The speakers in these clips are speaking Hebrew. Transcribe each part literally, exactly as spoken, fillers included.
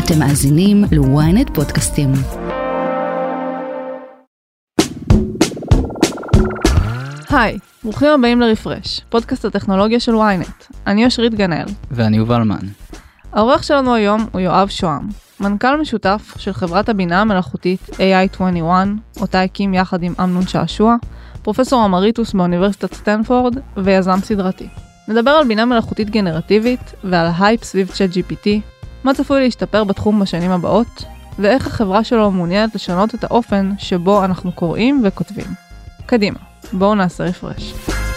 אתם מאזינים ל-ynet פודקאסטים. היי, ברוכים הבאים לרפרש, פודקאסט הטכנולוגיה של ynet. אני אושרית גנאל. ואני יובל מן. העורך שלנו היום הוא יואב שוהם, מנכ"ל משותף של חברת הבינה המלאכותית איי איי עשרים ואחת, אותה הקים יחד עם אמנון שעשוע, פרופסור אמריטוס באוניברסיטת סטנפורד ויזם סדרתי. נדבר על בינה מלאכותית גנרטיבית ועל ההייפ סביב צ'אט ג'י פי טי, מה צפוי להשתפר בתחום בשנים הבאות, ואיך החברה שלו מעוניינת לשנות את האופן שבו אנחנו קוראים וכותבים. קדימה, בואו נעשה רפרש.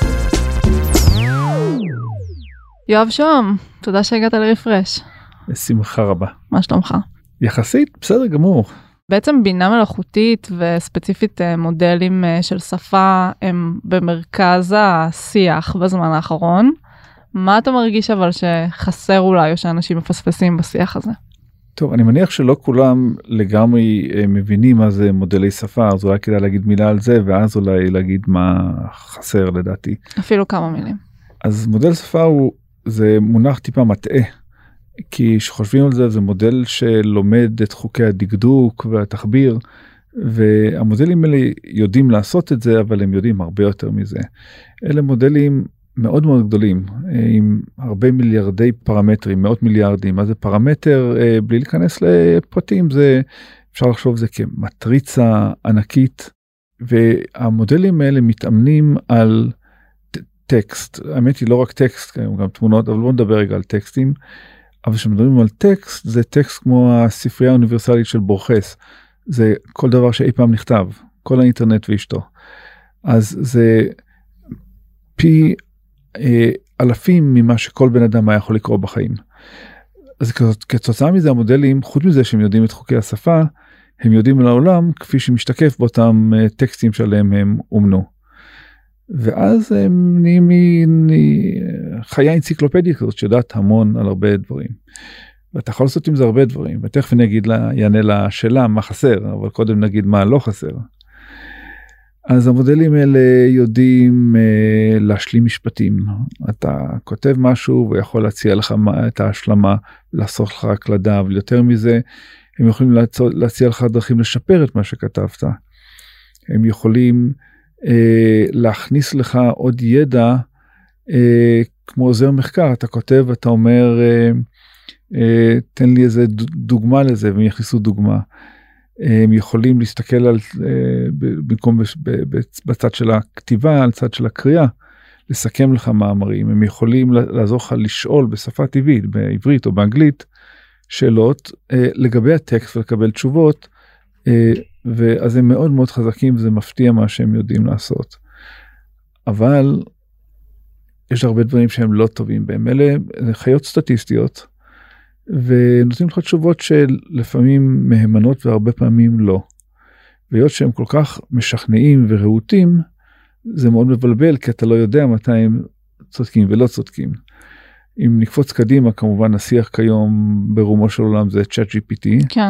יואב שוהם, תודה שהגעת לרפרש. בשמחה רבה. מה שלומך? יחסית, בסדר גמור. בעצם בינה מלאכותית וספציפית מודלים של שפה הם במרכז השיח בזמן האחרון. מה אתה מרגיש אבל שחסר אולי או שאנשים מפספסים בשיח הזה? טוב, אני מניח שלא כולם לגמרי מבינים מה זה מודלי שפה, אז אולי כדאי להגיד מילה על זה, ואז אולי להגיד מה חסר לדעתי. אפילו כמה מילים. אז מודל שפה הוא, זה מונח טיפה מטעה, כי שחושבים על זה, זה מודל שלומד את חוקי הדקדוק והתחביר, והמודלים האלה יודעים לעשות את זה, אבל הם יודעים הרבה יותר מזה. אלה מודלים מאוד מאוד גדולים, עם הרבה מיליארדי פרמטרים, מאות מיליארדים. מה זה פרמטר? בלי להיכנס לפרטים, זה, אפשר לחשוב זה כמטריצה ענקית, והמודלים האלה מתאמנים על טקסט. האמת היא לא רק טקסט, גם תמונות, אבל בואו נדבר רגע על טקסטים. אבל כשמדברים על טקסט, זה טקסט כמו הספרייה האוניברסלית של בורחס. זה כל דבר שאי פעם נכתב, כל האינטרנט ואשתו. אז זה פי אה, אלפים ממה שכל בן אדם היה יכול לקרוא בחיים. אז כתוצאה מזה המודלים, חוץ מזה שהם יודעים את חוקי השפה, הם יודעים על העולם כפי שמשתקף באותם אה, טקסטים שעליהם הם אומנו. ואז הם נהיים חיה אנציקלופדיה כזאת שיודעת המון על הרבה דברים. ואתה יכול לעשות עם זה הרבה דברים, ותכף אני אגיד לה, יענה לשאלה מה חסר, אבל קודם נגיד מה לא חסר. אז המודלים האלה יודעים אה, להשלים משפטים. אתה כותב משהו ויכול להציע לך את ההשלמה, לעשות לך הקלדה, ויותר מזה, הם יכולים להציע, להציע לך דרכים לשפר את מה שכתבת. הם יכולים אה, להכניס לך עוד ידע, אה, כמו עוזר מחקר, אתה כותב, אתה אומר, אה, אה, תן לי איזה דוגמה לזה, והם יכניסו דוגמה. הם יכולים להסתכל על, במקום בצד של הכתיבה, על צד של הקריאה, לסכם לך מאמרים. הם יכולים לעזור לך לשאול בשפה טבעית, בעברית או באנגלית, שאלות לגבי הטקסט ולקבל תשובות, ואז הם מאוד מאוד חזקים, וזה מפתיע מה שהם יודעים לעשות. אבל יש הרבה דברים שהם לא טובים בהם. אלה חיות סטטיסטיות, ונותנים לך תשובות שלפעמים מהימנות והרבה פעמים לא. והיות שהם כל כך משכנעים ורהוטים, זה מאוד מבלבל, כי אתה לא יודע מתי הם צודקים ולא צודקים. אם נקפוץ קדימה, כמובן השיח כיום ברומו של עולם זה צ'אט ג'י פי טי. כן.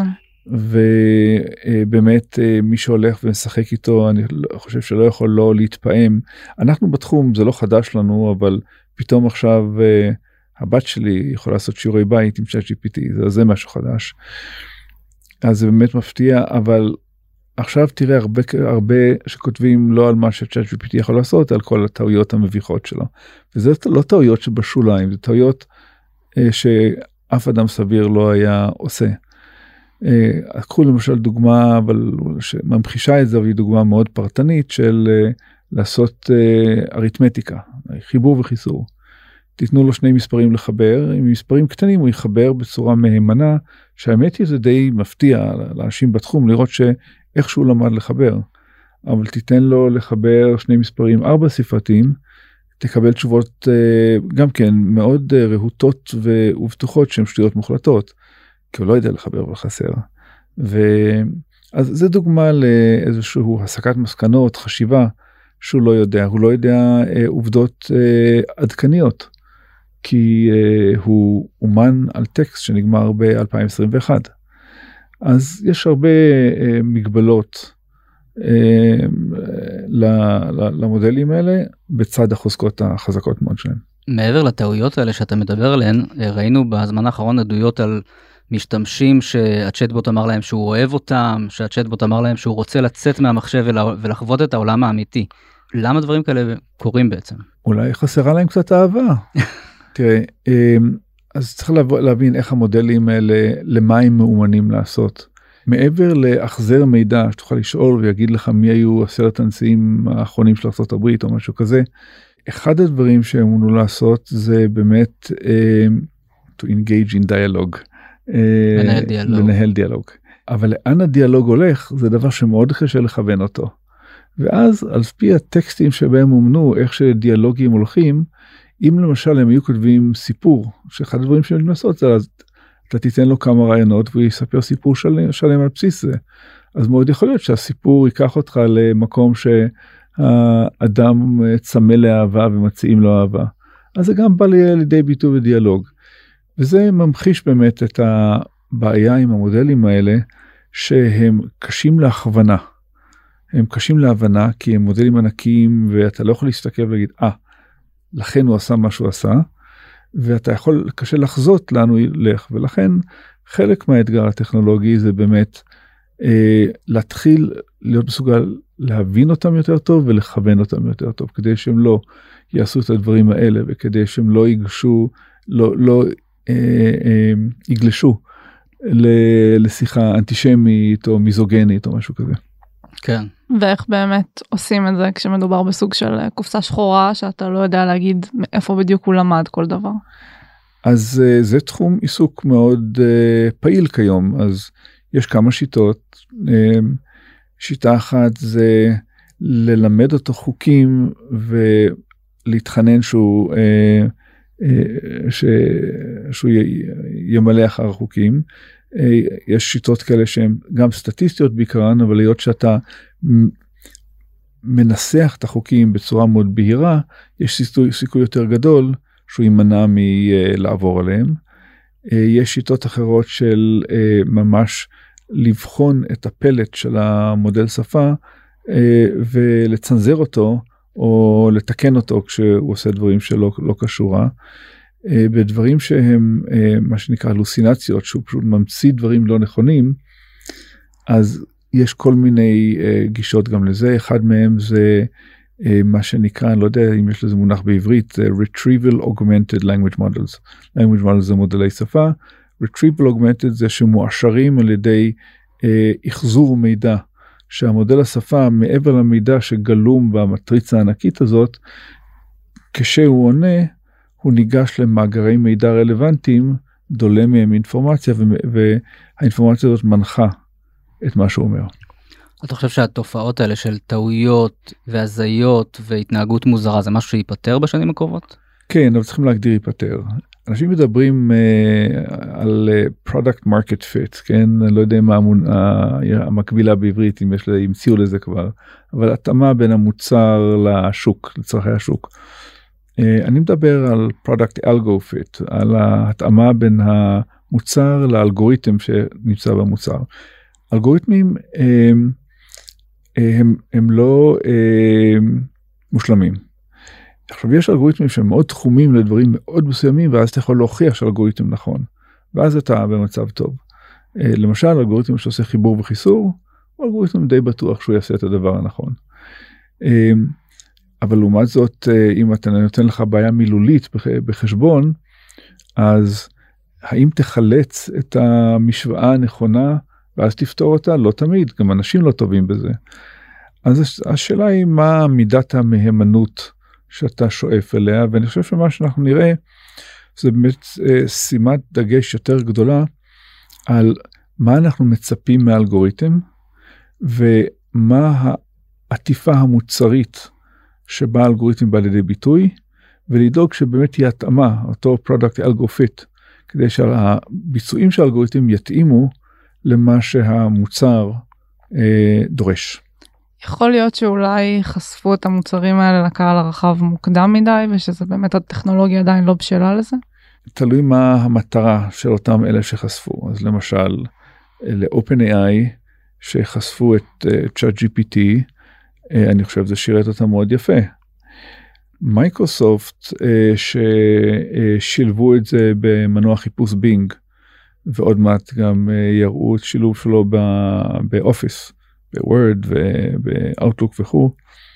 ובאמת מי שהולך ומשחק איתו, אני חושב שלא יכול לא להתפעם. אנחנו בתחום, זה לא חדש לנו, אבל פתאום עכשיו הבת שלי יכולה לעשות שיעורי בית עם צ'אט ג'י פי טי, זה, זה משהו חדש. אז זה באמת מפתיע, אבל עכשיו תראה הרבה, הרבה שכותבים לא על מה שצ'אט ג'י פי טי יכול לעשות, על כל הטעויות המביכות שלו. וזה לא טעויות שבשוליים, זה טעויות אה, שאף אדם סביר לא היה עושה. אה, קחו למשל דוגמה, אבל שממחישה את זה, והיא דוגמה מאוד פרטנית של אה, לעשות אה, אריתמטיקה, חיבור וחיסור. תיתנו לו שני מספרים לחבר, עם מספרים קטנים הוא יחבר בצורה מהימנה, שהאמת היא זה די מפתיע לאנשים בתחום לראות שאיכשהו למד לחבר, אבל תיתן לו לחבר שני מספרים ארבע ספרתיים, תקבל תשובות גם כן מאוד רהוטות ובטוחות שהן שטויות מוחלטות, כי הוא לא יודע לחבר ולחסר. אז זה דוגמה לאיזשהו הסקת מסקנות, חשיבה, שהוא לא יודע, הוא לא יודע עובדות עדכניות. כי uh, הוא אומן על טקסט שנגמר ב-אלפיים עשרים ואחת. אז יש הרבה uh, מגבלות uh, למודלים האלה, בצד החוזקות החזקות מאוד שלהם. מעבר לטעויות האלה שאתה מדבר עליהן, ראינו בזמן האחרון עדויות על משתמשים שהצ'טבוט אמר להם שהוא אוהב אותם, שהצ'טבוט אמר להם שהוא רוצה לצאת מהמחשב ולחוות את העולם האמיתי. למה דברים כאלה קורים בעצם? אולי חסרה להם קצת אהבה. תראה, אז צריך להבין איך המודלים האלה, למה הם מאומנים לעשות. מעבר להחזר מידע, שתוכל לשאול ויגיד לך מי היו עשרת הנשיאים האחרונים של ארצות הברית או משהו כזה, אחד הדברים שהם אמונו לעשות זה באמת uh, to engage in dialogue. לנהל דיאלוג. לנהל דיאלוג. אבל לאן הדיאלוג הולך, זה דבר שמאוד קשה לכוון אותו. ואז על פי הטקסטים שבהם אומנו, איך שדיאלוגים הולכים, אם למשל הם היו כותבים סיפור, שאחד הדברים שהם יכולים לעשות זה, אז אתה תיתן לו כמה רעיונות והוא יספר סיפור שלם, שלם על בסיס זה. אז מאוד יכול להיות שהסיפור ייקח אותך למקום שהאדם צמא לאהבה ומציעים לו אהבה. אז זה גם בא לידי ביטוי ודיאלוג. וזה ממחיש באמת את הבעיה עם המודלים האלה, שהם קשים להכוונה. הם קשים להבנה כי הם מודלים ענקיים ואתה לא יכול להסתכל ולהגיד, אה, לכן הוא עשה מה שהוא עשה, ואתה יכול קשה לחזות לאן הוא ילך, ולכן חלק מהאתגר הטכנולוגי זה באמת אה, להתחיל להיות מסוגל להבין אותם יותר טוב ולכוון אותם יותר טוב, כדי שהם לא יעשו את הדברים האלה, וכדי שהם לא ייגשו, לא, לא אה, אה, יגלשו לשיחה אנטישמית או מיזוגנית או משהו כזה. כן. ואיך באמת עושים את זה כשמדובר בסוג של קופסה שחורה, שאתה לא יודע להגיד איפה בדיוק הוא למד כל דבר? אז uh, זה תחום עיסוק מאוד uh, פעיל כיום, אז יש כמה שיטות. Uh, שיטה אחת זה ללמד אותו חוקים ולהתחנן שהוא, uh, uh, ש... שהוא י... ימלא אחר החוקים. יש שיטות כאלה שהן גם סטטיסטיות בעיקרן, אבל להיות שאתה מנסח את החוקים בצורה מאוד בהירה, יש סיכוי, סיכוי יותר גדול שהוא יימנע מלעבור עליהם. יש שיטות אחרות של ממש לבחון את הפלט של המודל שפה ולצנזר אותו או לתקן אותו כשהוא עושה דברים שלא לא קשורה. בדברים שהם מה שנקרא הלוסינציות, שהוא פשוט ממציא דברים לא נכונים, אז יש כל מיני גישות גם לזה. אחד מהם זה מה שנקרא, אני לא יודע אם יש לזה מונח בעברית, זה Retrieval Augmented Language Models. Language Models זה מודלי שפה, Retrieval Augmented זה שמואשרים על ידי החזור מידע, שהמודל השפה מעבר למידע שגלום במטריצה הענקית הזאת, כשהוא עונה, הוא ניגש למאגרי מידע רלוונטיים, דולה מהם אינפורמציה, והאינפורמציה הזאת מנחה את מה שהוא אומר. אתה חושב שהתופעות האלה של טעויות והזיות והתנהגות מוזרה, זה משהו שיפטר בשנים הקרובות? כן, אבל צריכים להגדיר ייפטר. אנשים מדברים uh, על uh, product market fit, כן? אני לא יודע מה המון, uh, המקבילה בעברית, אם יש לה, המציאו לזה כבר, אבל התאמה בין המוצר לשוק, לצרכי השוק. אני מדבר על product algo fit, על ההתאמה בין המוצר לאלגוריתם שנמצא במוצר. אלגוריתמים הם, הם, הם לא הם, מושלמים. עכשיו יש אלגוריתמים שהם מאוד תחומים לדברים מאוד מסוימים, ואז אתה יכול להוכיח שאלגוריתם נכון, ואז אתה במצב טוב. למשל אלגוריתם שעושה חיבור וחיסור, הוא אלגוריתם די בטוח שהוא יעשה את הדבר הנכון. אבל לעומת זאת, אם אתה נותן לך בעיה מילולית בחשבון, אז האם תחלץ את המשוואה הנכונה, ואז תפתור אותה? לא תמיד, גם אנשים לא טובים בזה. אז השאלה היא מה מידת המהימנות שאתה שואף אליה, ואני חושב שמה שאנחנו נראה, זה באמת שימת דגש יותר גדולה, על מה אנחנו מצפים מהאלגוריתם, ומה העטיפה המוצרית, שבה האלגוריתם בא לידי ביטוי, ולדאוג שבאמת תהיה התאמה, אותו product algo fit, כדי שהביצועים של האלגוריתם יתאימו למה שהמוצר אה, דורש. יכול להיות שאולי חשפו את המוצרים האלה לקהל הרחב מוקדם מדי, ושזה באמת הטכנולוגיה עדיין לא בשלה לזה? תלוי מה המטרה של אותם אלה שחשפו. אז למשל, ל-OpenAI, שחשפו את uh, ChatGPT, אני חושב זה שירת אותה מאוד יפה. מייקרוסופט ששילבו את זה במנוע חיפוש בינג, ועוד מעט גם יראו את שילוב שלו באופיס, בוורד ובאוטלוק וכו'.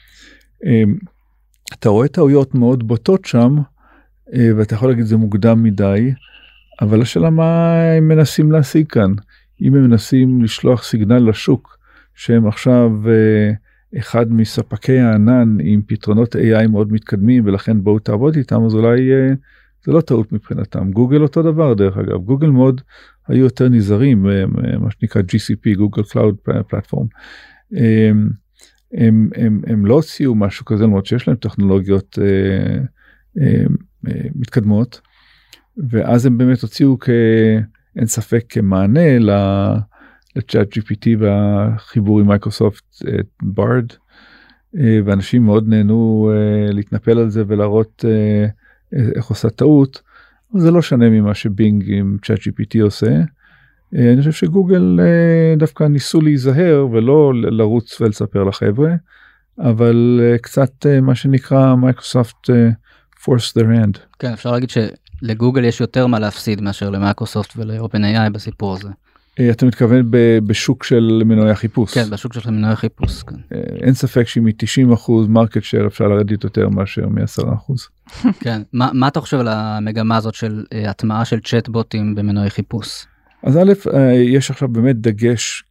אתה רואה טעויות מאוד בוטות שם, ואתה יכול להגיד זה מוקדם מדי, אבל השאלה מה הם מנסים להשיג כאן. אם הם מנסים לשלוח סיגנל לשוק, שהם עכשיו אחד מספקי הענן עם פתרונות איי איי מאוד מתקדמים, ולכן בואו תעבוד איתם, אז אולי זה לא טעות מבחינתם. גוגל אותו דבר דרך אגב, גוגל מאוד היו יותר נזהרים, מה שנקרא ג'י סי פי, גוגל קלאוד פלטפורם. הם, הם, הם, הם לא הוציאו משהו כזה, למרות שיש להם טכנולוגיות אה, אה, אה, מתקדמות, ואז הם באמת הוציאו כאין ספק כמענה לצ'אט ג'י פי טי והחיבור עם מייקרוסופט ברד, אה, ואנשים מאוד נהנו אה, להתנפל על זה ולהראות אה, איך עושה טעות, אבל זה לא שונה ממה שבינג עם צ'אט ג'י פי טי עושה. אני חושב שגוגל דווקא ניסו להיזהר ולא לרוץ ולספר לחבר'ה, אבל קצת מה שנקרא מייקרוסופט force their hand. כן, אפשר להגיד שלגוגל יש יותר מה להפסיד מאשר למייקרוסופט ולאופן איי איי בסיפור הזה. אתה מתכוון בשוק של מנועי החיפוש? כן, בשוק של מנועי החיפוש. אין ספק שמ-תשעים אחוז מרקט שייר אפשר לרדת יותר מאשר מ-עשרה אחוז. כן, מה אתה חושב על המגמה הזאת של הטמעה של צ'אטבוטים במנועי חיפוש? אז א', יש עכשיו באמת דגש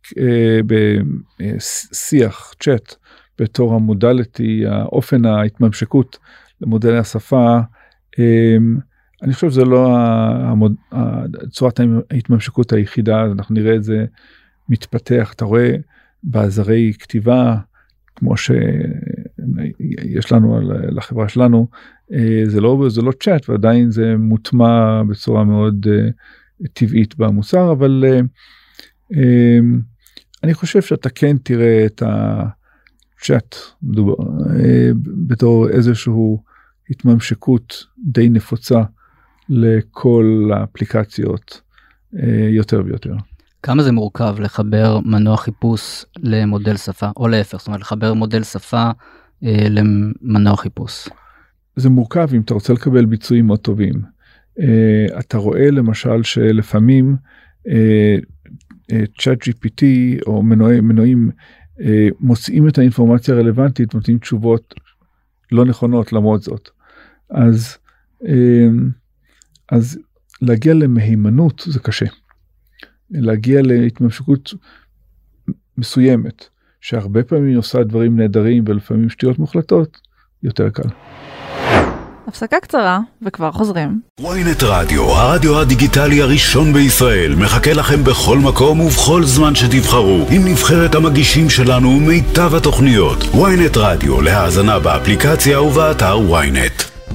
בשיח, צ'אט, בתור המודליטי, האופן ההתממשקות למודלי השפה. אני חושב שזה לא צורת ההתממשקות היחידה, אנחנו נראה את זה מתפתח, אתה רואה בעזרי כתיבה, כמו שיש לנו לחברה שלנו, זה לא, זה לא צ'אט, ועדיין זה מוטמע בצורה מאוד טבעית במוצר, אבל uh, um, אני חושב שאתה כן תראה את הצ'אט uh, בתור איזשהו התממשקות די נפוצה לכל האפליקציות uh, יותר ויותר. כמה זה מורכב לחבר מנוע חיפוש למודל שפה, או להפך, זאת אומרת לחבר מודל שפה uh, למנוע חיפוש? זה מורכב אם אתה רוצה לקבל ביצועים מאוד טובים. Uh, אתה רואה למשל שלפעמים צ'אט ג'י פי טי או מנועי, מנועים uh, מוצאים את האינפורמציה הרלוונטית, נותנים תשובות לא נכונות למרות זאת. אז, uh, אז להגיע למהימנות זה קשה. להגיע להתממשקות מסוימת, שהרבה פעמים עושה דברים נהדרים ולפעמים שטויות מוחלטות, יותר קל. הפסקה קצרה וכבר חוזרים. וויינט רדיו, הרדיו הדיגיטלי הראשון בישראל, מחכה לכם בכל מקום ובכל זמן שתבחרו, עם נבחרת המגישים שלנו ומיטב התוכניות. וויינט רדיו, להאזנה באפליקציה ובאתר וויינט.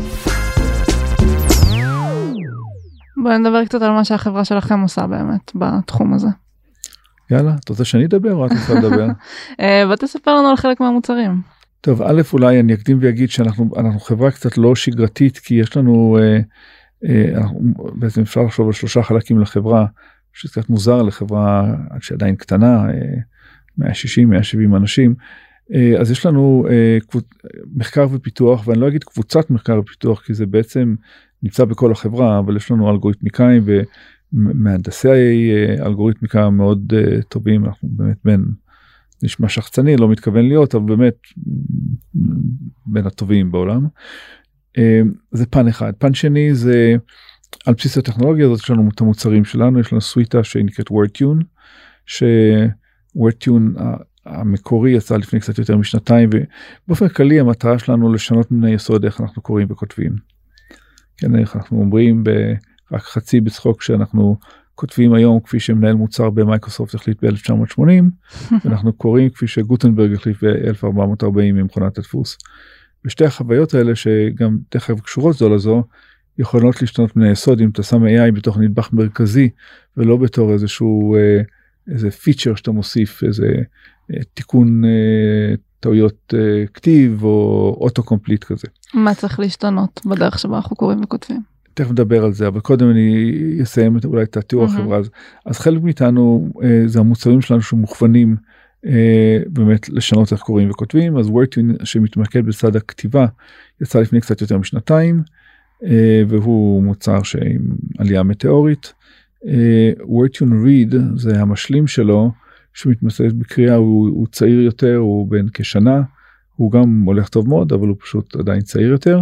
בואו נדבר קצת על מה שהחברה שלכם עושה באמת בתחום הזה. יאללה, אתה רוצה שאני אדבר או את רוצה לדבר? בוא תספר לנו על חלק מהמוצרים. טוב, א', אולי אני אקדים ויגיד שאנחנו אנחנו חברה קצת לא שגרתית, כי יש לנו, אה, אה, אנחנו, בעצם אפשר לחשוב על שלושה חלקים לחברה, שזה קצת מוזר לחברה שעדיין קטנה, אה, מאה שישים מאה שבעים אנשים, אה, אז יש לנו אה, קבוצ... מחקר ופיתוח, ואני לא אגיד קבוצת מחקר ופיתוח, כי זה בעצם נמצא בכל החברה, אבל יש לנו אלגוריתמיקאים ומהנדסי אה, אלגוריתמיקה מאוד אה, טובים, אנחנו באמת בין... נשמע שחצני, לא מתכוון להיות, אבל באמת בין הטובים בעולם. זה פן אחד. פן שני זה, על בסיס הטכנולוגיה הזאת, יש לנו את המוצרים שלנו, יש לנו סוויטה שנקראת WordTune, ש-WordTune המקורי יצא לפני קצת יותר משנתיים, ובאופן כללי המטרה שלנו לשנות מן היסוד איך אנחנו קוראים וכותבים. כן, איך אנחנו אומרים רק חצי בצחוק שאנחנו כותבים היום כפי שמנהל מוצר במייקרוסופט החליט ב-אלף תשע מאות שמונים, ואנחנו קוראים כפי שגוטנברג החליט ב-אלף ארבע מאות ארבעים עם מכונת הדפוס. ושתי החוויות האלה שגם תכף קשורות זו לזו, יכולות להשתנות מן היסוד אם אתה שם איי איי בתוך נדבך מרכזי, ולא בתור איזשהו, איזה פיצ'ר שאתה מוסיף, איזה תיקון טעויות כתיב או אוטו-קומפליט כזה. מה צריך להשתנות בדרך שבה אנחנו קוראים וכותבים? תכף נדבר על זה, אבל קודם אני אסיים אולי את התיאור החברה. אז חלק מאיתנו זה המוצרים שלנו שמוכוונים באמת לשנות איך קוראים וכותבים. אז WordTune שמתמקד בצד הכתיבה יצא לפני קצת יותר משנתיים, והוא מוצר שעם עלייה מטאורית. WordTune Read זה המשלים שלו, שמתמצא בקריאה, הוא, הוא צעיר יותר, הוא בן כשנה, הוא גם הולך טוב מאוד, אבל הוא פשוט עדיין צעיר יותר,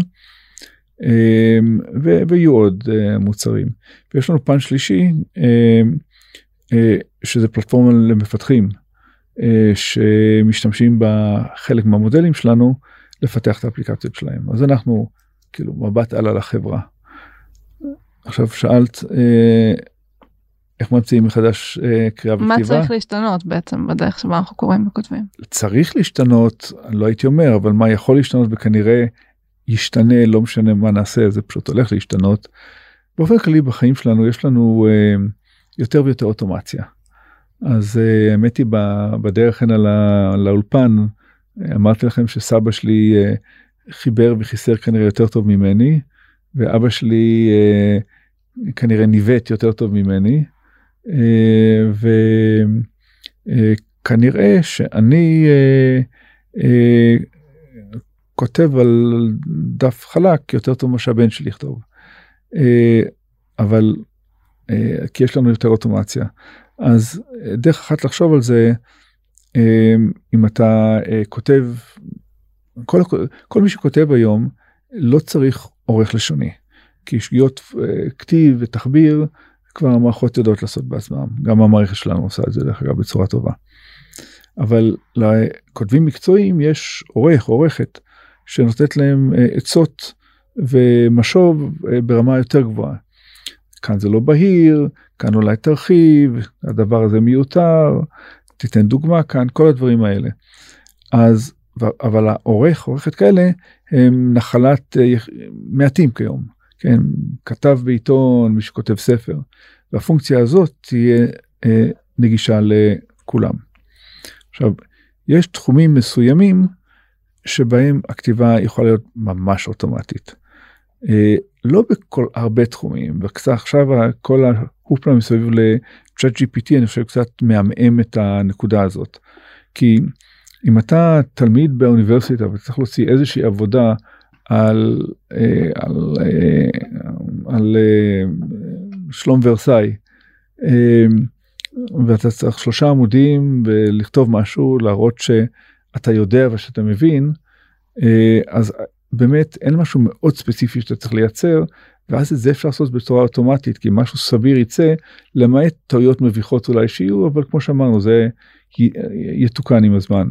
ו- ויהיו עוד מוצרים. ויש לנו פן שלישי, שזה פלטפורמה למפתחים, שמשתמשים בחלק מהמודלים שלנו, לפתח את האפליקציות שלהם. אז אנחנו, כאילו, מבט על החברה. עכשיו שאלת, איך ממציאים מחדש קריאה וכתיבה? מה צריך להשתנות בעצם בדרך שבה אנחנו קוראים וכותבים? צריך להשתנות, לא הייתי אומר, אבל מה יכול להשתנות וכנראה ישתנה, לא משנה מה נעשה, זה פשוט הולך להשתנות. באופן כללי בחיים שלנו יש לנו יותר ויותר אוטומציה. אז האמת היא בדרך הנה לאולפן, אמרתי לכם שסבא שלי חיבר וחיסר כנראה יותר טוב ממני, ואבא שלי כנראה ניווט יותר טוב ממני, וכנראה שאני כותב על דף חלק יותר טוב מה שהבן שלי יכתוב. אבל כי יש לנו יותר אוטומציה. אז דרך אחת לחשוב על זה, אם אתה כותב, כל, כל מי שכותב היום לא צריך עורך לשוני, כי שגיאות כתיב ותחביר כבר המערכות יודעות לעשות בעצמם, גם המערכת שלנו עושה את זה דרך אגב בצורה טובה. אבל לכותבים מקצועיים יש עורך, עורכת, שנותנת להם עצות ומשוב ברמה יותר גבוהה. כאן זה לא בהיר, כאן אולי תרחיב, הדבר הזה מיותר, תיתן דוגמה כאן, כל הדברים האלה. אז, אבל העורך, עורכת כאלה, הם נחלת מעטים כיום. כן, כתב בעיתון, מי שכותב ספר. והפונקציה הזאת תהיה אה, נגישה לכולם. עכשיו, יש תחומים מסוימים, שבהם הכתיבה יכולה להיות ממש אוטומטית. אה, לא בכל הרבה תחומים, ועכשיו כל ההופלה מסביב ל-צ'אט ג'י פי טי, אני חושב קצת מעמעם את הנקודה הזאת. כי אם אתה תלמיד באוניברסיטה, וצריך להוציא איזושהי עבודה על, על, על, על שלום ורסאי, ואתה צריך שלושה עמודים ולכתוב משהו, להראות שאתה יודע ושאתה מבין, אז באמת אין משהו מאוד ספציפי שאתה צריך לייצר, ואז את זה אפשר לעשות בצורה אוטומטית, כי משהו סביר יצא, למעט טעויות מביכות אולי שיהיו, אבל כמו שאמרנו, זה יתוקן עם הזמן.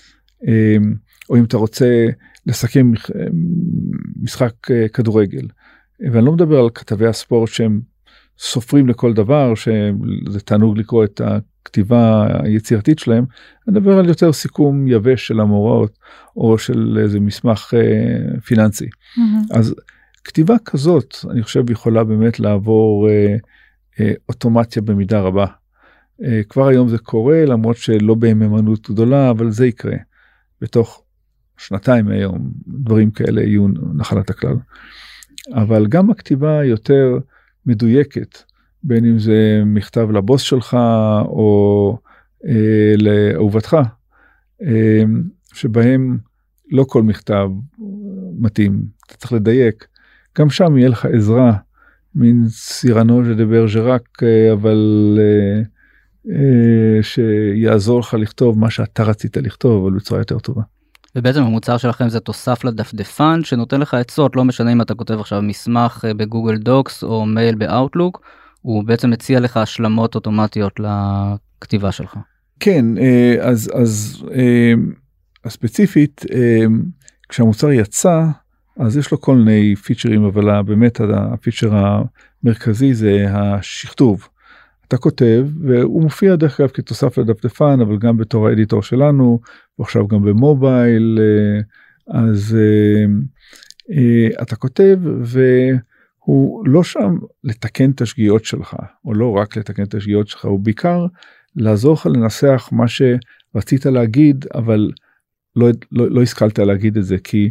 או אם אתה רוצה לסכם משחק כדורגל, ואני לא מדבר על כתבי הספורט שהם סופרים לכל דבר, שזה תענוג לקרוא את הכתיבה היצירתית שלהם, אני מדבר על יותר סיכום יבש של המוראות, או של איזה מסמך פיננסי. Mm-hmm. אז כתיבה כזאת, אני חושב, יכולה באמת לעבור אוטומציה במידה רבה. כבר היום זה קורה, למרות שלא בהימנעות גדולה, אבל זה יקרה. בתוך שנתיים מהיום, דברים כאלה יהיו נחלת הכלל. אבל גם הכתיבה יותר מדויקת, בין אם זה מכתב לבוס שלך, או אה, לאהובתך, אה, שבהם לא כל מכתב מתאים, אתה צריך לדייק. גם שם יהיה לך עזרה, מין סירנו de ברג'רק, אבל אה, אה, שיעזור לך לכתוב מה שאתה רצית לכתוב, אבל בצורה יותר טובה. ובעצם המוצר שלכם זה תוסף לדפדפן, שנותן לך עצות, לא משנה אם אתה כותב עכשיו מסמך בגוגל דוקס, או מייל באוטלוק, הוא בעצם מציע לך השלמות אוטומטיות לכתיבה שלך. כן, אז, אז, אז ספציפית, כשהמוצר יצא, אז יש לו כל מיני פיצ'רים, אבל באמת הפיצ'ר המרכזי זה השכתוב. אתה כותב, והוא מופיע דרך כלל כתוסף לדפדפן, אבל גם בתור האדיטור שלנו, ועכשיו גם במובייל, אז אתה כותב, והוא לא שם לתקן את השגיאות שלך, או לא רק לתקן את השגיאות שלך, הוא בעיקר לעזור לך לנסח מה שרצית להגיד, אבל לא, לא, לא השכלת להגיד את זה, כי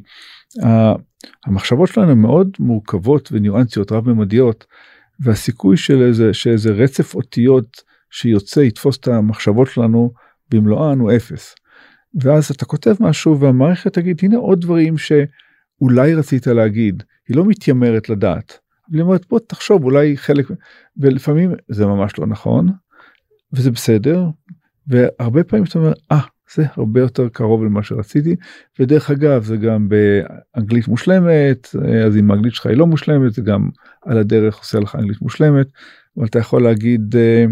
המחשבות שלנו הן מאוד מורכבות וניואנסיות רב-ממדיות, והסיכוי של איזה, שאיזה רצף אותיות שיוצא יתפוס את המחשבות שלנו במלואן הוא אפס. ואז אתה כותב משהו והמערכת תגיד, הנה עוד דברים שאולי רצית להגיד, היא לא מתיימרת לדעת, והיא אומרת, בוא תחשוב, אולי חלק, ולפעמים זה ממש לא נכון, וזה בסדר, והרבה פעמים אתה אומר, אה, זה הרבה יותר קרוב למה שרציתי, ודרך אגב, זה גם באנגלית מושלמת, אז אם האנגלית שלך היא לא מושלמת, זה גם על הדרך עושה לך אנגלית מושלמת, אבל אתה יכול להגיד,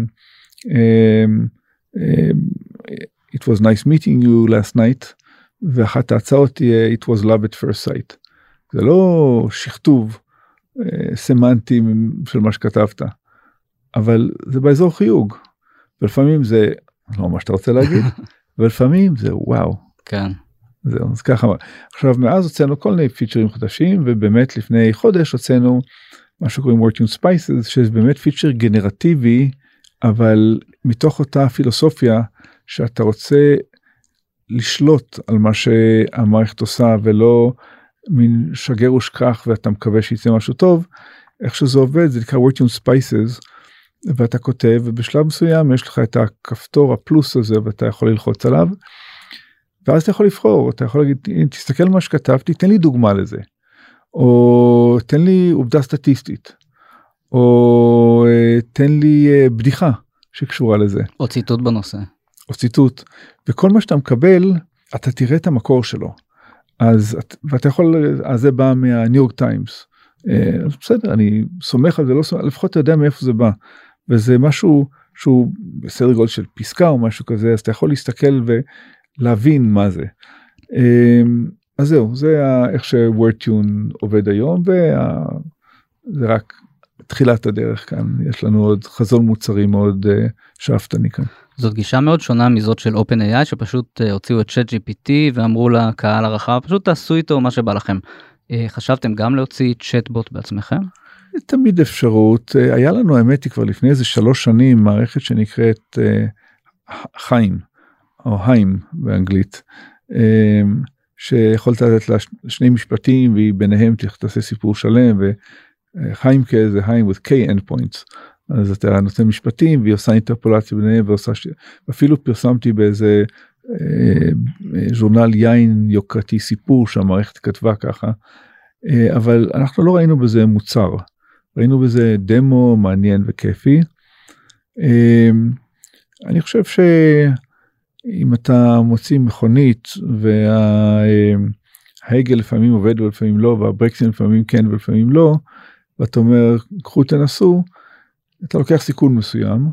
it was nice meeting you last night, ואחת ההצעות תהיה, it was love at first sight. זה לא שכתוב סמנטי של מה שכתבת, אבל זה באזור חיוג, ולפעמים זה לא מה שאתה רוצה להגיד, ולפעמים זה וואו. כן. זהו, אז ככה. עכשיו, מאז הוצאנו כל מיני פיצ'רים חדשים, ובאמת לפני חודש הוצאנו מה שקוראים Word Tune Spices, שזה באמת פיצ'ר גנרטיבי, אבל מתוך אותה פילוסופיה, שאתה רוצה לשלוט על מה שהמערכת עושה, ולא מין שגר ושכח, ואתה מקווה שיצא משהו טוב, איך שזה עובד, זה נקרא Word Tune Spices, ואתה כותב, ובשלב מסוים יש לך את הכפתור הפלוס הזה, ואתה יכול ללחוץ עליו, ואז אתה יכול לבחור, אתה יכול להגיד, תסתכל על מה שכתבתי, תן לי דוגמה לזה, או תן לי עובדה סטטיסטית, או תן לי בדיחה שקשורה לזה. או ציטוט בנושא. או ציטוט, וכל מה שאתה מקבל, אתה תראה את המקור שלו, אז, ואתה יכול, אז זה בא מהניו יורק טיימס, בסדר, אני סומך על זה, לא סומך, לפחות אתה יודע מאיפה זה בא, וזה משהו שהוא בסדר גודל של פסקה או משהו כזה, אז אתה יכול להסתכל ולהבין מה זה. אז זהו, זה איך ש-WordTune עובד היום, וזה רק תחילת הדרך כאן, יש לנו עוד חזון מוצרי מאוד שאפתני כאן. זאת גישה מאוד שונה מזאת של OpenAI, שפשוט הוציאו את ChatGPT ואמרו לקהל הרחב, פשוט תעשו איתו מה שבא לכם. חשבתם גם להוציא צ'טבוט בעצמכם? תמיד אפשרות. היה לנו, האמת היא, כבר לפני איזה שלוש שנים, מערכת שנקראת חיים, או היים באנגלית, שיכולת לתת לה שני משפטים, והיא ביניהם תעשה סיפור שלם, וחיים כזה, היים with K endpoints, אז אתה נותן משפטים, והיא עושה אינטרפולציה ביניהם, ועושה, ואפילו פרסמתי באיזה ז'ורנל יין יוקרתי סיפור שהמערכת כתבה ככה, אבל אנחנו לא ראינו בזה מוצר, ראינו בזה דמו מעניין וכיפי. אני חושב שאם אתה מוציא מכונית וההגל לפעמים עובד ולפעמים לא, והברקסים לפעמים כן ולפעמים לא, ואתה אומר קחו תנסו, אתה לוקח סיכון מסוים.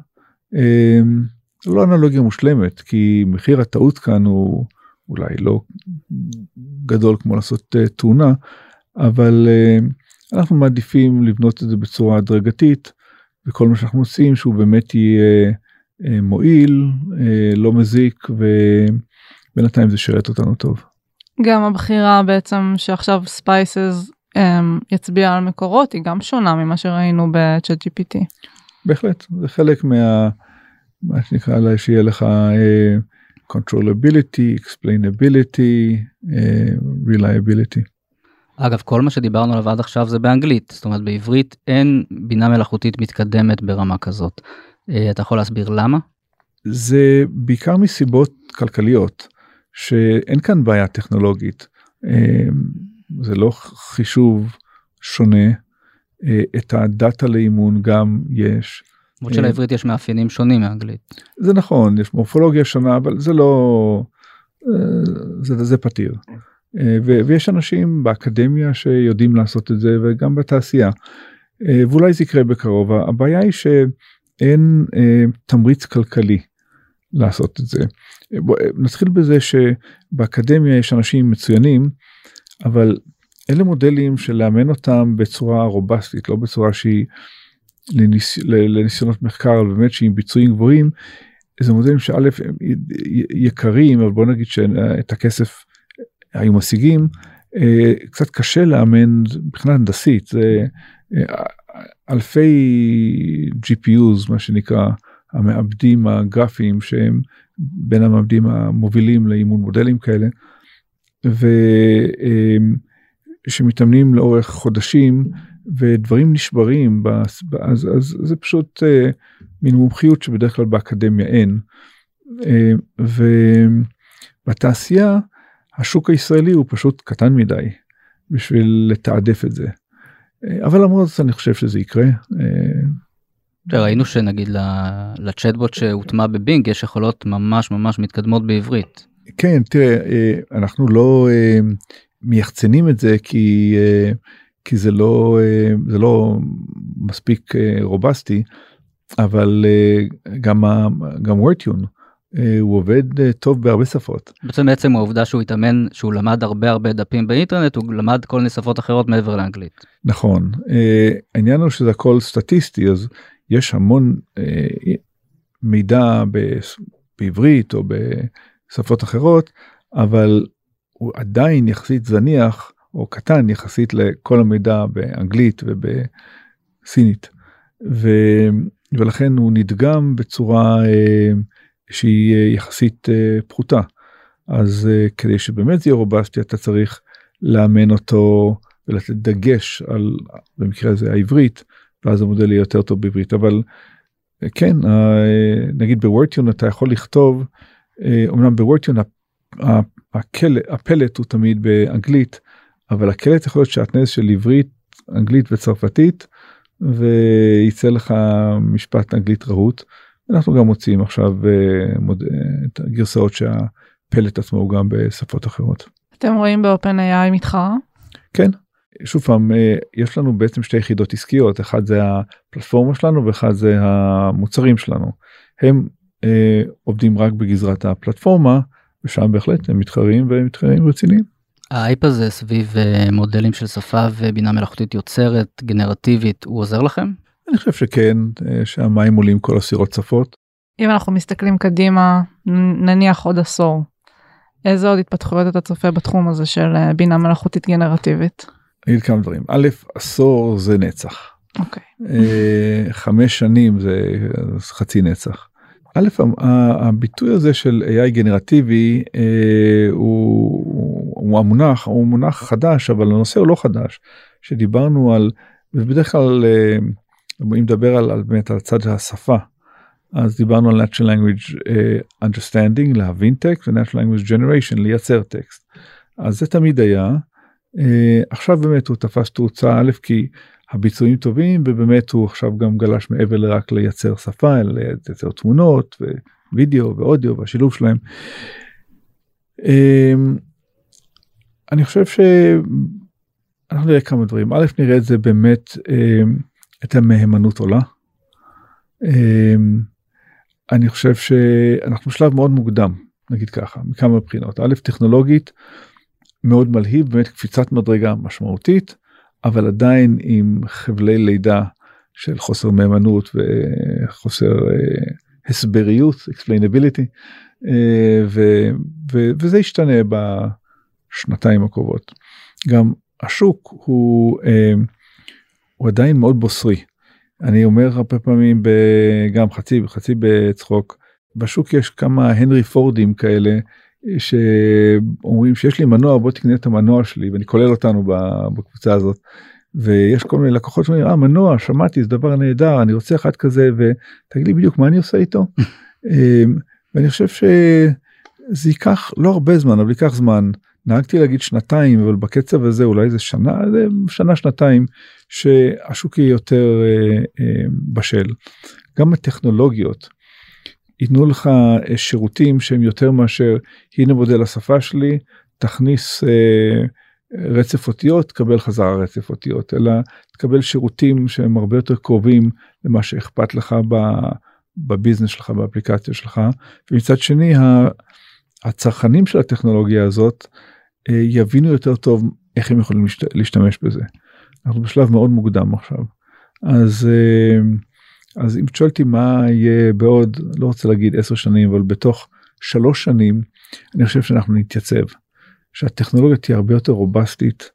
זה לא אנלוגיה מושלמת, כי מחיר הטעות כאן הוא אולי לא גדול כמו לעשות תאונה, אבל אנחנו מעדיפים לבנות את זה בצורה הדרגתית, וכל מה שאנחנו עושים שהוא באמת יהיה מועיל, לא מזיק, ובינתיים זה שרת אותנו טוב. גם הבחירה בעצם שעכשיו Spices יצביע על מקורות, היא גם שונה ממה שראינו ב-ChatGPT. בהחלט, זה חלק מה... מה שנקרא לה, שיהיה לך uh, controllability, explainability, uh, reliability. אגב, כל מה שדיברנו עליו עד עכשיו זה באנגלית, זאת אומרת בעברית אין בינה מלאכותית מתקדמת ברמה כזאת. Uh, אתה יכול להסביר למה? זה בעיקר מסיבות כלכליות, שאין כאן בעיה טכנולוגית, uh, זה לא חישוב שונה, uh, את הדאטה לאימון גם יש, למרות שלעברית יש מאפיינים שונים מאנגלית. זה נכון, יש מורפולוגיה שונה, אבל זה לא, זה, זה פתיר. ויש אנשים באקדמיה שיודעים לעשות את זה, וגם בתעשייה. ואולי זה יקרה בקרוב. הבעיה היא שאין תמריץ כלכלי לעשות את זה. נתחיל בזה שבאקדמיה יש אנשים מצוינים, אבל אלה מודלים של לאמן אותם בצורה רובסטית, לא בצורה שהיא לניס... לניסיונות מחקר, אבל באמת שעם ביצועים גבוהים, זה מודלים שא' הם יקרים, אבל בוא נגיד שאת הכסף היו משיגים, קצת קשה לאמן מבחינה הנדסית, זה אלפי ג'י פי יוז, מה שנקרא, המעבדים הגרפיים, שהם בין המעבדים המובילים לאימון מודלים כאלה, ושמתאמנים לאורך חודשים, ודברים נשברים, אז, אז זה פשוט אה, מין מומחיות שבדרך כלל באקדמיה אין. אה, ובתעשייה, השוק הישראלי הוא פשוט קטן מדי, בשביל לתעדף את זה. אבל למרות זאת אני חושב שזה יקרה. ראינו שנגיד לצ'טבוט שהוטמע בבינג יש יכולות ממש ממש מתקדמות בעברית. כן, תראה, אנחנו לא מייחצנים את זה כי כי זה לא זה לא מספיק רובסטי, אבל גם גם וורדטיון הוא עובד טוב בהרבה שפות. בעצם בעצם העובדה שהוא התאמן, שהוא למד הרבה הרבה דפים באינטרנט, הוא למד כל מיני שפות אחרות מעבר לאנגלית. נכון, העניין הוא שזה הכל סטטיסטי, אז יש המון מידע בעברית או בשפות אחרות, אבל הוא עדיין יחסית זניח או קטן יחסית לכל המידע באנגלית ובסינית, ו, ולכן הוא נדגם בצורה שהיא יחסית פחותה. אז כדי שבאמת זה יהיה רובסטי, אתה צריך לאמן אותו ולתת דגש על, במקרה הזה, העברית, ואז המודל יהיה יותר טוב בעברית. אבל כן, נגיד בוורדטיון אתה יכול לכתוב, אמנם בוורדטיון הפלט הוא תמיד באנגלית, אבל הקלט יכול להיות שעטנז של עברית, אנגלית וצרפתית, וייצא לך משפט אנגלית רהוט. אנחנו גם מוצאים עכשיו את הגרסאות שהפלט עצמו הוא גם בשפות אחרות. אתם רואים ב-OpenAI מתחרה? כן. שוב פעם, יש לנו בעצם שתי יחידות עסקיות, אחד זה הפלטפורמה שלנו ואחד זה המוצרים שלנו. הם אה, עובדים רק בגזרת הפלטפורמה, ושם בהחלט הם מתחרים ומתחרים רציניים. האייפ הזה סביב מודלים של שפה ובינה מלאכותית יוצרת, גנרטיבית, הוא עוזר לכם? אני חושב שכן, שהמים עולים כל הסירות שפות. אם אנחנו מסתכלים קדימה, נניח עוד עשור, איזה עוד התפתחויות אתה צופה בתחום הזה של בינה מלאכותית גנרטיבית? אני אגיד כמה דברים. א', עשור זה נצח. אוקיי. חמש שנים זה חצי נצח. א', הביטוי הזה של איי איי גנרטיבי הוא, הוא המונח, הוא מונח חדש, אבל הנושא הוא לא חדש. שדיברנו על, ובדרך כלל, אם נדבר על, על באמת על הצד של השפה, אז דיברנו על Natural Language uh, Understanding, להבין טקסט, ו-Natural Language Generation, לייצר טקסט. אז זה תמיד היה. Uh, עכשיו באמת הוא תפס תאוצה א', כי הביצועים טובים, ובאמת הוא עכשיו גם גלש מעבר לרק לייצר שפה, אלא לייצר תמונות, ווידאו ואודיו, והשילוב שלהם. Uh, אני חושב שאנחנו נראה כמה דברים. א', נראה את זה באמת, uh, את המהימנות עולה. Uh, אני חושב שאנחנו בשלב מאוד מוקדם, נגיד ככה, מכמה בחינות. א', טכנולוגית מאוד מלהיב, באמת קפיצת מדרגה משמעותית, אבל עדיין עם חבלי לידה של חוסר מהימנות וחוסר uh, הסבריות, explainability, uh, ו, ו, וזה ישתנה בשנתיים הקרובות. גם השוק הוא, uh, הוא עדיין מאוד בוסרי. אני אומר הרבה פעמים, גם חצי, חצי בצחוק, בשוק יש כמה הנרי פורדים כאלה, שאומרים שיש לי מנוע, בוא תקנה את המנוע שלי, ואני כולל אותנו בקבוצה הזאת, ויש כל מיני לקוחות שאומרים, אה, מנוע, שמעתי, זה דבר נהדר, אני רוצה אחד כזה, ותגיד לי בדיוק מה אני עושה איתו. ואני חושב שזה ייקח לא הרבה זמן, אבל ייקח זמן, נהגתי להגיד שנתיים, אבל בקצב הזה אולי זה שנה, זה שנה, שנתיים, שהשוק יהיה יותר אה, אה, בשל. גם הטכנולוגיות, ייתנו לך אה, שירותים שהם יותר מאשר, הנה מודל השפה שלי, תכניס אה, רצף אותיות, תקבל חזרה רצף אותיות, אלא תקבל שירותים שהם הרבה יותר קרובים למה שאכפת לך בביזנס שלך, באפליקציה שלך, ומצד שני, הצרכנים של הטכנולוגיה הזאת, יבינו יותר טוב איך הם יכולים להשתמש בזה. אנחנו בשלב מאוד מוקדם עכשיו. אז, אז אם תשאלתי מה יהיה בעוד, לא רוצה להגיד עשר שנים, אבל בתוך שלוש שנים, אני חושב שאנחנו נתייצב. שהטכנולוגיה תהיה הרבה יותר רובסטית,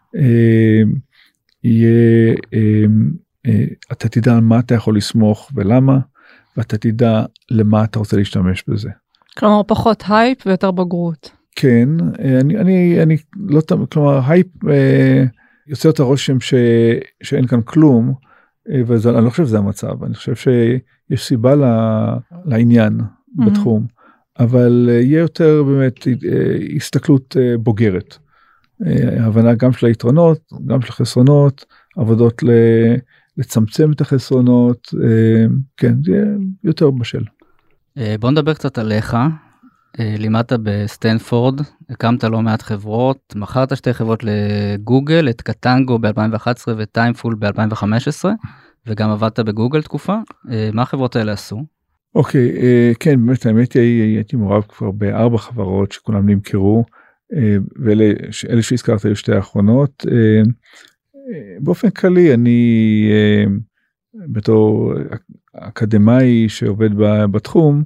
יהיה, אתה תדע על מה אתה יכול לסמוך ולמה, ואתה תדע למה אתה רוצה להשתמש בזה. כלומר פחות הייפ ויותר בגרות. כן, אני, אני, אני לא, כלומר, הייפ אה, יוצא את הרושם ש, שאין כאן כלום, אה, ואני לא חושב שזה המצב, אני חושב שיש סיבה ל, לעניין mm-hmm. בתחום, אבל אה, יהיה יותר באמת אה, הסתכלות אה, בוגרת, אה, הבנה גם של היתרונות, גם של החסרונות, עבודות ל, לצמצם את החסרונות, כן, זה יהיה יותר בשל. בוא נדבר קצת עליך. לימדת בסטנפורד, הקמת לא מעט חברות, מכרת שתי חברות לגוגל, את קטנגו ב-אלפיים ואחת עשרה וטיימפול ב-אלפיים וחמש עשרה, וגם עבדת בגוגל תקופה. מה החברות האלה עשו? אוקיי, כן, באמת, האמת היא, הייתי מעורב כבר בארבע חברות שכולם נמכרו, ואלה שהזכרת היו שתי האחרונות. באופן כללי, אני בתור אקדמאי שעובד בתחום,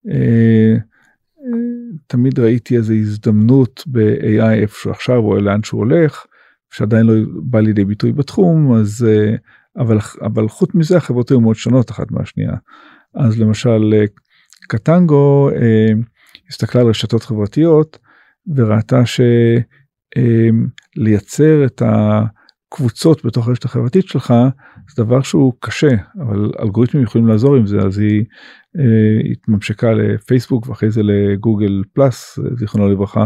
תמיד ראיתי איזו הזדמנות ב-איי איי איפשהו עכשיו או לאן שהוא הולך, שעדיין לא בא לידי ביטוי בתחום, אז, אבל, אבל חוץ מזה החברות היו מאוד שונות אחת מהשנייה. אז למשל קטנגו הסתכלה על רשתות חברתיות וראתה שלייצר את הקבוצות בתוך הרשת החברתית שלך זה דבר שהוא קשה, אבל אלגוריתמים יכולים לעזור עם זה, אז היא התממשקה לפייסבוק ואחרי זה לגוגל פלאס, זיכרונו לברכה,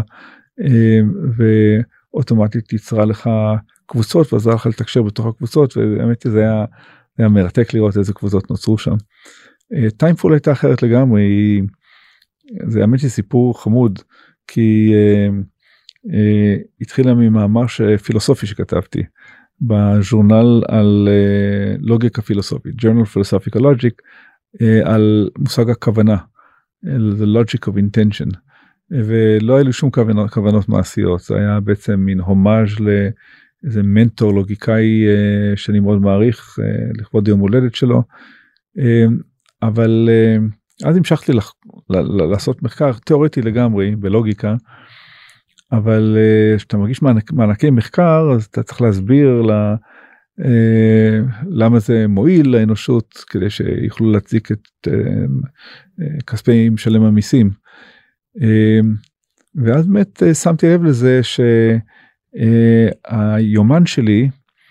ואוטומטית יצרה לך קבוצות ועזרה לך לתקשר בתוך הקבוצות, והאמת זה היה, זה היה מרתק לראות איזה קבוצות נוצרו שם. טיימפול הייתה אחרת לגמרי, זה האמת סיפור חמוד, כי התחילה ממאמר פילוסופי שכתבתי, בז'ורנל על לוגיקה פילוסופית, Journal Philosophical Logic, על מושג הכוונה, the logic of intention, ולא היה לי שום כוונות, כוונות מעשיות, זה היה בעצם מין הומאז' לאיזה מנטור לוגיקאי שאני מאוד מעריך, לכבוד יום הולדת שלו, אבל אז המשכתי לח... לעשות מחקר תיאורטי לגמרי בלוגיקה, אבל כשאתה מרגיש מענק, מענקי מחקר, אז אתה צריך להסביר לה, למה זה מועיל לאנושות, כדי שיוכלו להצדיק את כספי משלם המיסים. ואז באמת שמתי לב לזה שהיומן שלי,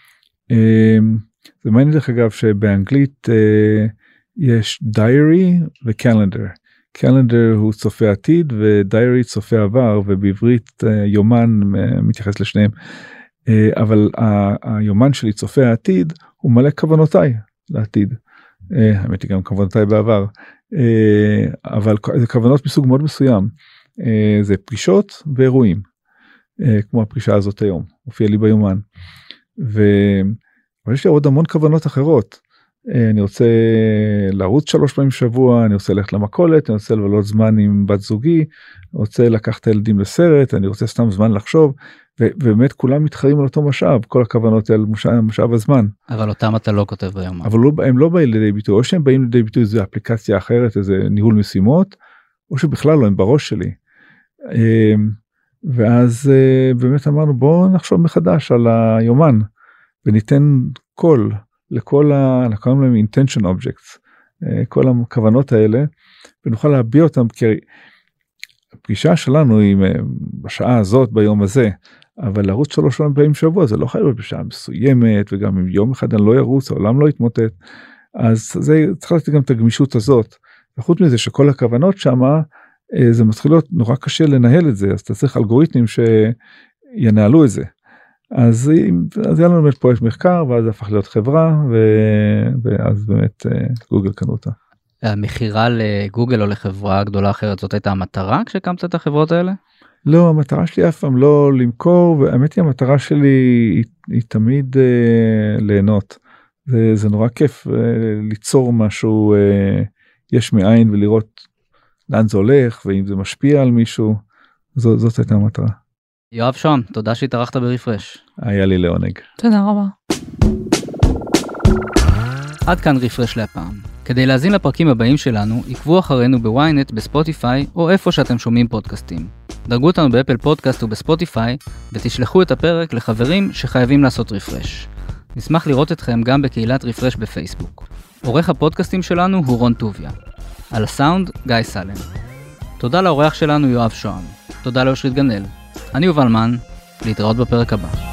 זה מעניין דרך אגב שבאנגלית יש diary ו-calendar. calendar הוא צופה עתיד ו-diary צופה עבר, ובעברית יומן מתייחס לשניהם. אבל היומן שלי צופה העתיד הוא מלא כוונותיי לעתיד. האמת היא גם כוונותיי בעבר. אבל זה כוונות מסוג מאוד מסוים. זה פגישות ואירועים. כמו הפגישה הזאת היום. הופיע לי ביומן. אבל יש לי עוד המון כוונות אחרות. אני רוצה לרוץ שלוש פעמים שבוע, אני רוצה ללכת למכולת, אני רוצה לבלות זמן עם בת זוגי, אני רוצה לקחת את הילדים לסרט, אני רוצה סתם זמן לחשוב, ובאמת כולם מתחרים על אותו משאב, כל הכוונות על משאב, משאב הזמן. אבל אותם אתה לא כותב ביומן. אבל לא, הם לא באים לידי ביטוי, או שהם באים לידי ביטוי איזו אפליקציה אחרת, איזה ניהול משימות, או שבכלל לא, הם בראש שלי. ואז באמת אמרנו, בואו נחשוב מחדש על היומן, וניתן קול, לכל ה... נקראים להם intention objects, כל הכוונות האלה, ונוכל להביע אותם, כי הפגישה שלנו היא בשעה הזאת, ביום הזה, אבל לרוץ שלוש פעמים בשבוע, זה לא חייב להיות בשעה מסוימת, וגם אם יום אחד אני לא ירוץ, העולם לא יתמוטט, אז זה צריך לתת גם את הגמישות הזאת, וחוץ מזה שכל הכוונות שמה, זה מתחיל להיות נורא קשה לנהל את זה, אז אתה צריך אלגוריתמים שינהלו את זה. אז, אז היה לנו באמת פרויקט מחקר, ואז זה הפך להיות חברה, ו... ואז באמת גוגל קנו אותה. המחירה לגוגל או לחברה גדולה אחרת, זאת הייתה המטרה כשהקמת את החברות האלה? לא, המטרה שלי אף פעם לא למכור, והאמת היא המטרה שלי היא, היא תמיד אה, ליהנות. זה, זה נורא כיף אה, ליצור משהו אה, יש מאין ולראות לאן זה הולך, ואם זה משפיע על מישהו, זו, זאת הייתה המטרה. יואב שוהם, תודה שהתארחת ברפרש. היה לי לעונג. תודה רבה. עד כאן רפרש להפעם. כדי להזין לפרקים הבאים שלנו, עקבו אחרינו בוויינט, בספוטיפיי, או איפה שאתם שומעים פודקאסטים. דרגו אותנו באפל פודקאסט ובספוטיפיי, ותשלחו את הפרק לחברים שחייבים לעשות רפרש. נשמח לראות אתכם גם בקהילת רפרש בפייסבוק. עורך הפודקאסטים שלנו הוא רון טוביה. על הסאונד, גיא סלם. תודה לעורך שלנו יואב שוהם. תודה לאושרית גנאל. אני יובל מן, להתראות בפרק הבא.